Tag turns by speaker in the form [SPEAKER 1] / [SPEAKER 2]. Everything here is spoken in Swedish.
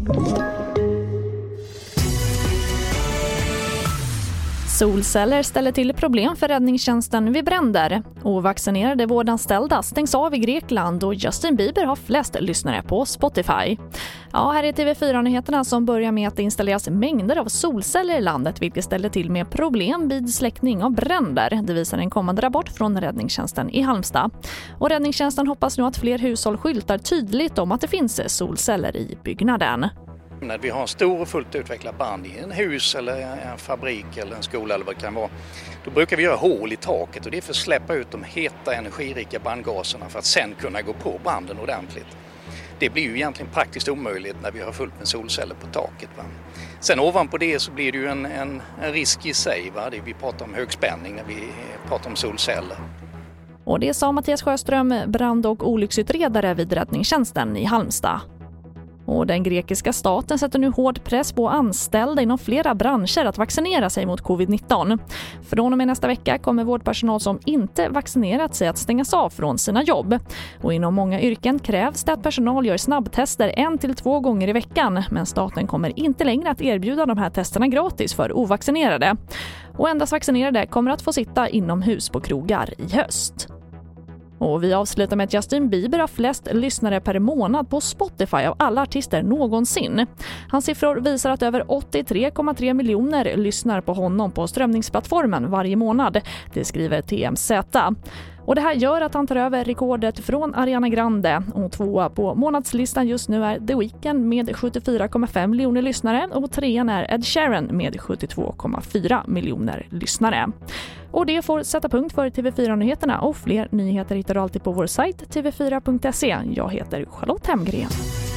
[SPEAKER 1] Solceller ställer till problem för räddningstjänsten vid bränder. Ovaccinerade vårdanställda stängs av i Grekland och Justin Bieber har flest lyssnare på Spotify. Ja, här är TV4-nyheterna som börjar med att det installeras mängder av solceller i landet, vilket ställer till med problem vid släckning av bränder. Det visar en kommande rapport från räddningstjänsten i Halmstad. Och räddningstjänsten hoppas nu att fler hushåll skyltar tydligt om att det finns solceller i byggnaden.
[SPEAKER 2] När vi har en stor och fullt utvecklad brand i en hus eller en fabrik eller en skola eller vad det kan vara, då brukar vi göra hål i taket och det är för att släppa ut de heta energirika brandgaserna för att sen kunna gå på branden ordentligt. Det blir ju egentligen praktiskt omöjligt när vi har fullt med solceller på taket. Va? Sen ovanpå det så blir det ju en risk i sig. Va? Vi pratar om högspänning när vi pratar om solceller.
[SPEAKER 1] Och det sa Mattias Sjöström, brand- och olycksutredare vid räddningstjänsten i Halmstad. Och den grekiska staten sätter nu hård press på anställda inom flera branscher att vaccinera sig mot covid-19. Från och med nästa vecka kommer vårdpersonal som inte vaccinerat sig att stängas av från sina jobb. Och inom många yrken krävs det att personal gör snabbtester 1 till 2 gånger i veckan. Men staten kommer inte längre att erbjuda de här testerna gratis för ovaccinerade. Och endast vaccinerade kommer att få sitta inomhus på krogar i höst. Och vi avslutar med att Justin Bieber har flest lyssnare per månad på Spotify av alla artister någonsin. Hans siffror visar att över 83,3 miljoner lyssnar på honom på strömningsplattformen varje månad. Det skriver TMZ. Och det här gör att han tar över rekordet från Ariana Grande. Och 2 på månadslistan just nu är The Weeknd med 74,5 miljoner lyssnare. Och 3 är Ed Sheeran med 72,4 miljoner lyssnare. Och det får sätta punkt för TV4-nyheterna, och fler nyheter hittar du alltid på vår sajt tv4.se. Jag heter Charlotte Hemgren.